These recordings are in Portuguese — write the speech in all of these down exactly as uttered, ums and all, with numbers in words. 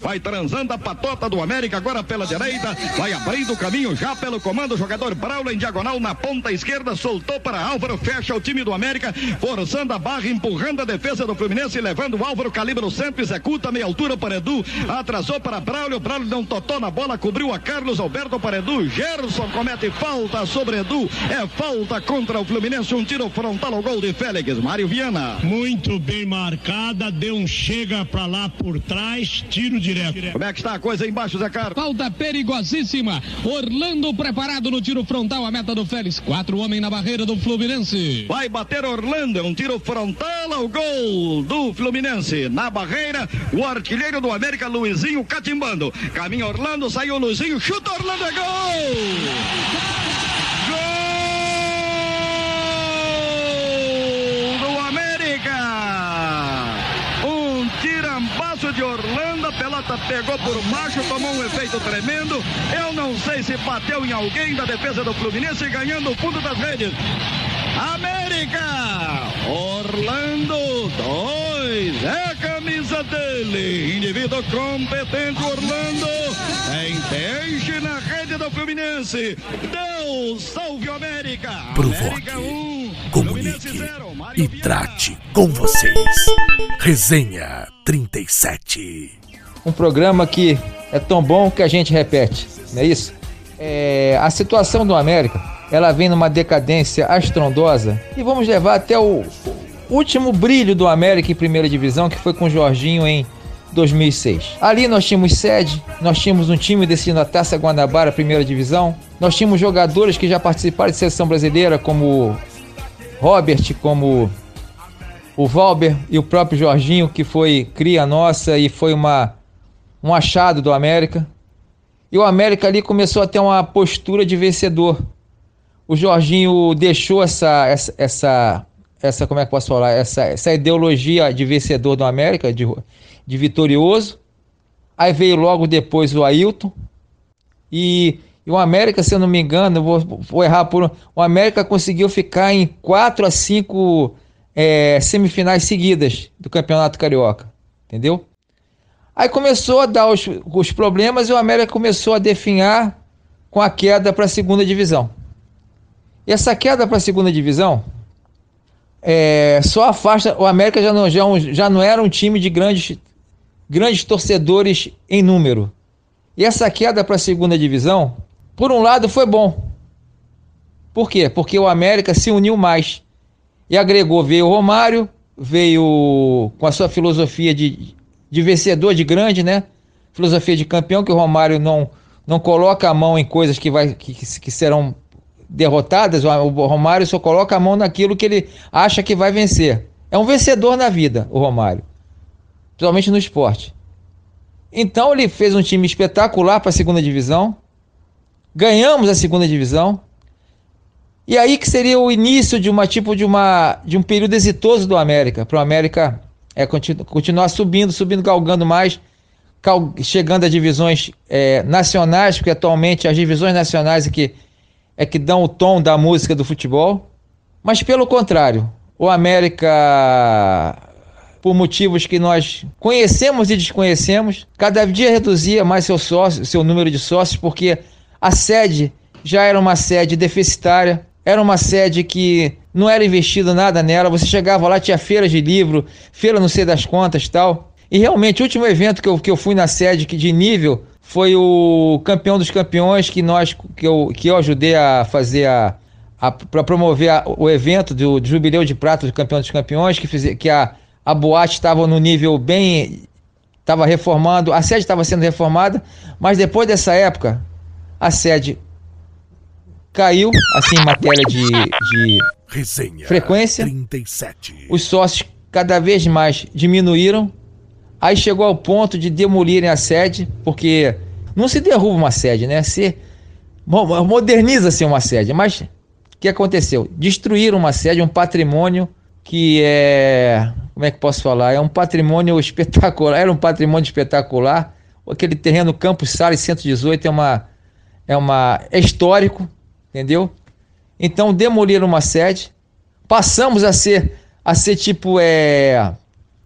Vai transando a patota do América agora pela direita, vai abrindo o caminho já pelo comando, o jogador Braulio em diagonal na ponta esquerda, soltou para Álvaro, fecha o time do América, forçando a barra, empurrando a defesa do Fluminense, levando o Álvaro, calibra o centro, executa meia altura para Edu, atrasou para Braulio, Braulio não tocou na bola, cobriu a Carlos Alberto para Edu, Gerson comete falta sobre Edu, é falta contra o Fluminense, um tiro frontal ao gol de Félix, Mário Viana. Muito bem marcada, deu um chega para lá por trás, tiro de direto. Como é que está a coisa aí embaixo, Zé Carlos? Falta perigosíssima. Orlando preparado no tiro frontal, a meta do Félix. Quatro homens na barreira do Fluminense. Vai bater Orlando, um tiro frontal ao gol do Fluminense. Na barreira, o artilheiro do América, Luizinho, catimbando. Caminha Orlando, saiu Luizinho, chuta Orlando, é gol! Gol do América! Um tirambaço de Orlando, a pelota pegou por baixo, tomou um efeito tremendo. Eu não sei se bateu em alguém da defesa do Fluminense, ganhando o fundo das redes. América! Orlando, dois, é a camisa dele. Indivíduo competente, Orlando. Tem peixe na rede do Fluminense. Deus salve o América. Provoque, um, comunique zero, e trate com vocês. Resenha trinta e sete. Um programa que é tão bom que a gente repete, não é isso? É, a situação do América, ela vem numa decadência astrondosa e vamos levar até o último brilho do América em primeira divisão, que foi com o Jorginho em dois mil e seis. Ali nós tínhamos sede, nós tínhamos um time decidindo a Taça Guanabara, primeira divisão, nós tínhamos jogadores que já participaram de seleção brasileira, como Robert, como o Valber e o próprio Jorginho, que foi cria nossa e foi uma, um achado do América. E o América ali começou a ter uma postura de vencedor. O Jorginho deixou essa, essa, essa, essa como é que posso falar, essa, essa ideologia de vencedor do América, de, de vitorioso. Aí veio logo depois o Ailton. E, e o América, se eu não me engano, vou, vou errar por um, o América conseguiu ficar em quatro a cinco é, semifinais seguidas do Campeonato Carioca. Entendeu? Aí começou a dar os, os problemas e o América começou a definhar com a queda para a segunda divisão. E essa queda para a segunda divisão é, só afasta. O América já não, já, já não era um time de grandes, grandes torcedores em número. E essa queda para a segunda divisão, por um lado, foi bom. Por quê? Porque o América se uniu mais e agregou. Veio o Romário, veio com a sua filosofia de. de vencedor, de grande, né? Filosofia de campeão, que o Romário não, não coloca a mão em coisas que, vai, que, que serão derrotadas. O Romário só coloca a mão naquilo que ele acha que vai vencer. É um vencedor na vida, o Romário. Principalmente no esporte. Então ele fez um time espetacular para a segunda divisão. Ganhamos a segunda divisão. E aí que seria o início de uma tipo de, uma, de um período exitoso do América. Para o América... É continu, continuar subindo, subindo, galgando mais, cal, chegando a divisões é, nacionais, porque atualmente as divisões nacionais é que, é que dão o tom da música do futebol. Mas pelo contrário, o América, por motivos que nós conhecemos e desconhecemos, cada dia reduzia mais seu, sócio, seu número de sócios, porque a sede já era uma sede deficitária, era uma sede que não era investido nada nela. Você chegava lá, tinha feiras de livro, feira não sei das quantas e tal. E realmente o último evento que eu, que eu fui na sede de nível foi o Campeão dos Campeões, que, nós, que, eu, que eu ajudei a fazer a, a, para promover a, o evento do, do Jubileu de Prata do Campeão dos Campeões, que, fiz, que a, a boate estava no nível bem... Estava reformando, a sede estava sendo reformada, mas depois dessa época, a sede caiu, assim, em matéria de, de Resenha frequência. trinta e sete. Os sócios cada vez mais diminuíram. Aí chegou ao ponto de demolirem a sede, porque não se derruba uma sede, né? Se moderniza-se uma sede. Mas o que aconteceu? Destruíram uma sede, um patrimônio que é... Como é que posso falar? É um patrimônio espetacular. Era um patrimônio espetacular. Aquele terreno Campos Sales cento e dezoito é uma... É, uma, é histórico. Entendeu? Então demoliram uma sede, passamos a ser, a ser tipo, é,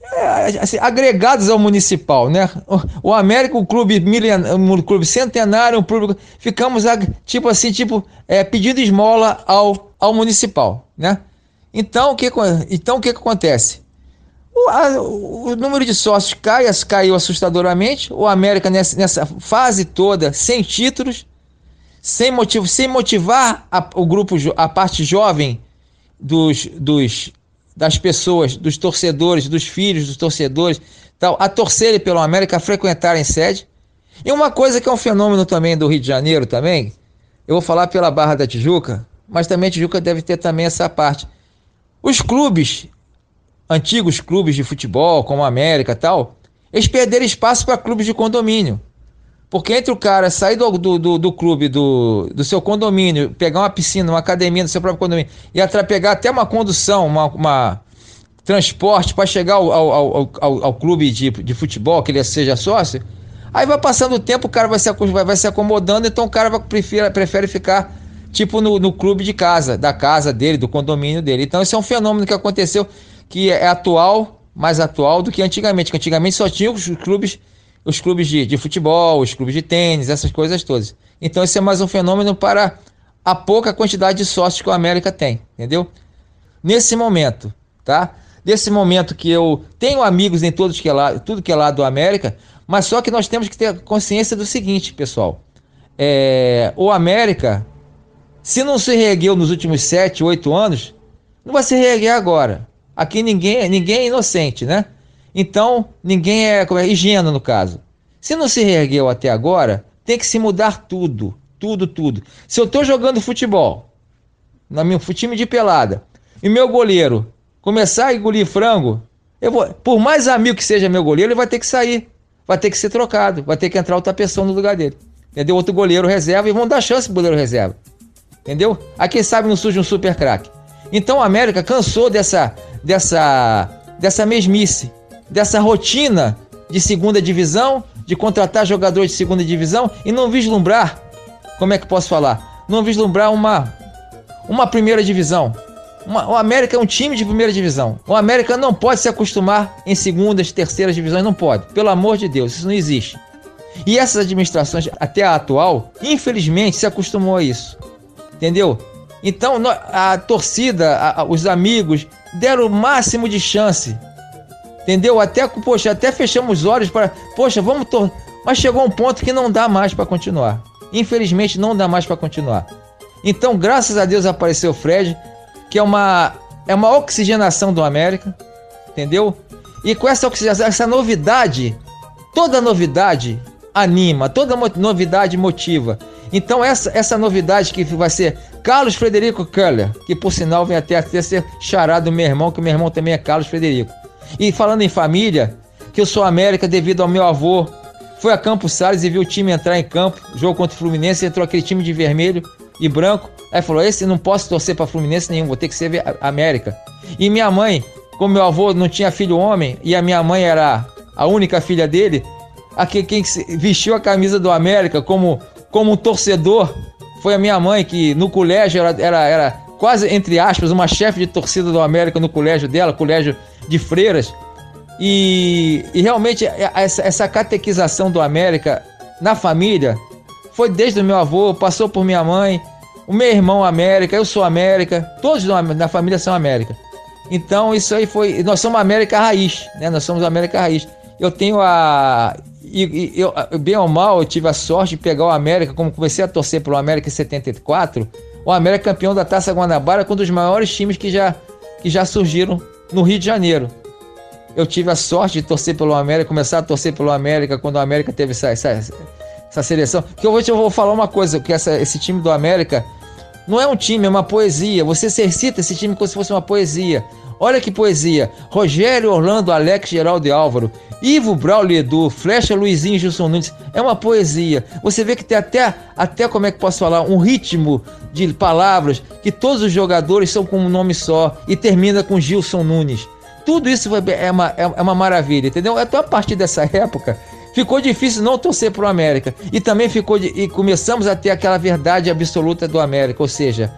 é, assim, agregados ao Municipal, né? O, o América, o clube, milen, um clube centenário, um clube, ficamos tipo assim, tipo é, pedindo esmola ao, ao Municipal, né? Então o que, então, o que, que acontece? O, a, o número de sócios cai, caiu assustadoramente. O América nessa, nessa fase toda sem títulos, sem motivo, sem motivar a, o grupo, a parte jovem dos, dos das pessoas, dos torcedores, dos filhos dos torcedores, tal, a torcerem pelo América, a frequentarem sede. E uma coisa que é um fenômeno também do Rio de Janeiro também, eu vou falar pela Barra da Tijuca, mas também a Tijuca deve ter também essa parte. Os clubes, antigos clubes de futebol, como a América e tal, eles perderam espaço para clubes de condomínio. Porque entre o cara sair do, do, do, do clube, do, do seu condomínio, pegar uma piscina, uma academia do seu próprio condomínio, e até pegar até uma condução, uma, uma transporte para chegar ao, ao, ao, ao, ao clube de, de futebol, que ele seja sócio, aí vai passando o tempo, o cara vai se, vai, vai se acomodando, então o cara vai, prefere, prefere ficar tipo no, no clube de casa, da casa dele, do condomínio dele. Então esse é um fenômeno que aconteceu, que é atual, mais atual do que antigamente, que antigamente só tinha os clubes os clubes de, de futebol, os clubes de tênis, essas coisas todas. Então esse é mais um fenômeno para a pouca quantidade de sócios que o América tem, entendeu? Nesse momento, tá? Nesse momento que eu tenho amigos em todos que é lá, tudo que é lá do América, mas só que nós temos que ter consciência do seguinte, pessoal. É, o América, se não se reergueu nos últimos sete, oito anos, não vai se reerguer agora. Aqui ninguém, ninguém é inocente, né? Então, ninguém é, é ingênuo no caso. Se não se reergueu até agora, tem que se mudar tudo. Tudo, tudo. Se eu estou jogando futebol, no meu time de pelada, e meu goleiro começar a engolir frango, eu vou, por mais amigo que seja meu goleiro, ele vai ter que sair. Vai ter que ser trocado. Vai ter que entrar outra pessoa no lugar dele. Entendeu? Outro goleiro reserva e vão dar chance pro goleiro reserva. Entendeu? Aí quem sabe não surge um super craque. Então, a América cansou dessa, dessa, dessa mesmice. Dessa rotina de segunda divisão, de contratar jogadores de segunda divisão e não vislumbrar, como é que posso falar? Não vislumbrar uma, uma primeira divisão. Uma, o América é um time de primeira divisão. O América não pode se acostumar em segundas, terceiras divisões, não pode. Pelo amor de Deus, isso não existe. E essas administrações, até a atual, infelizmente se acostumou a isso. Entendeu? Então a torcida, a, os amigos deram o máximo de chance. Entendeu? Até, poxa, até fechamos os olhos para... Poxa, vamos... Tor... Mas chegou um ponto que não dá mais para continuar. Infelizmente, não dá mais para continuar. Então, graças a Deus, apareceu o Fred, que é uma, é uma oxigenação do América. Entendeu? E com essa oxigenação, essa novidade, toda novidade anima, toda novidade motiva. Então, essa, essa novidade que vai ser Carlos Frederico Keller, que por sinal vem até, até ser charado do meu irmão, que meu irmão também é Carlos Frederico. E falando em família, que eu sou América devido ao meu avô, foi a Campos Sales e viu o time entrar em campo, jogo contra o Fluminense, entrou aquele time de vermelho e branco, aí falou, esse não posso torcer para Fluminense nenhum, vou ter que ser América. E minha mãe, como meu avô não tinha filho homem, e a minha mãe era a única filha dele, aqui, quem vestiu a camisa do América como, como um torcedor, foi a minha mãe, que no colégio era, era, era quase, entre aspas, uma chefe de torcida do América no colégio dela, colégio de freiras, e, e realmente essa, essa catequização do América na família foi desde o meu avô, passou por minha mãe, o meu irmão América, eu sou América, todos na família são América. Então isso aí foi, nós somos América raiz, né? Nós somos América raiz. Eu tenho a, e, e, eu, bem ou mal, eu tive a sorte de pegar o América, como comecei a torcer pelo América em setenta e quatro, o América campeão da Taça Guanabara, com um dos maiores times que já, que já surgiram no Rio de Janeiro. Eu tive a sorte de torcer pelo América, começar a torcer pelo América quando o América teve essa, essa, essa seleção. Que eu vou, eu vou falar uma coisa, que essa, esse time do América não é um time, é uma poesia. Você recita esse time como se fosse uma poesia. Olha que poesia. Rogério, Orlando, Alex, Geraldo e Álvaro, Ivo, Braulio, Edu, Flecha, Luizinho, Gilson Nunes. É uma poesia. Você vê que tem até, até, como é que posso falar, um ritmo de palavras, que todos os jogadores são com um nome só e termina com Gilson Nunes. Tudo isso é uma, é uma maravilha, entendeu? Até a partir dessa época, ficou difícil não torcer para o América. E também ficou de, e começamos a ter aquela verdade absoluta do América, ou seja,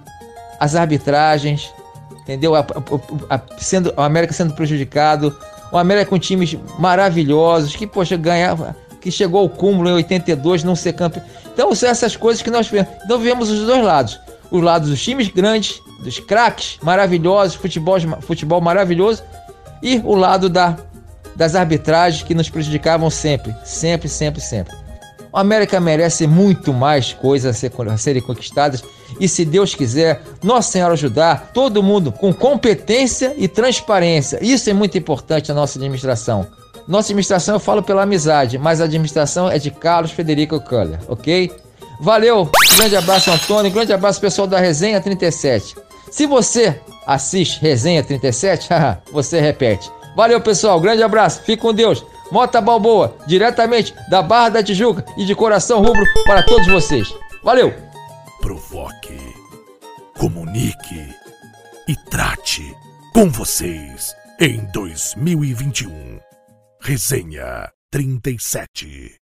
as arbitragens, entendeu? A, a, a, sendo, o América sendo prejudicado, O América com times maravilhosos, que, poxa, ganhava, que chegou ao cúmulo em oitenta e dois, não ser campeão. Então, são essas coisas que nós vemos. Então, vemos os dois lados. Os lados dos times grandes, dos craques maravilhosos, futebol, futebol maravilhoso, e o lado da, das arbitragens que nos prejudicavam sempre, sempre, sempre, sempre. O América merece muito mais coisas a, ser, a serem conquistadas, e se Deus quiser, Nossa Senhora ajudar, todo mundo com competência e transparência. Isso é muito importante na nossa administração. Nossa administração eu falo pela amizade, mas a administração é de Carlos Federico Köhler, ok? Valeu, grande abraço, Antônio, grande abraço, pessoal da Resenha trinta e sete. Se você assiste Resenha trinta e sete, você repete. Valeu, pessoal, grande abraço, fique com Deus. Mota Balboa, diretamente da Barra da Tijuca e de coração rubro para todos vocês. Valeu! Provoque, comunique e trate com vocês em dois mil e vinte e um. Resenha trinta e sete.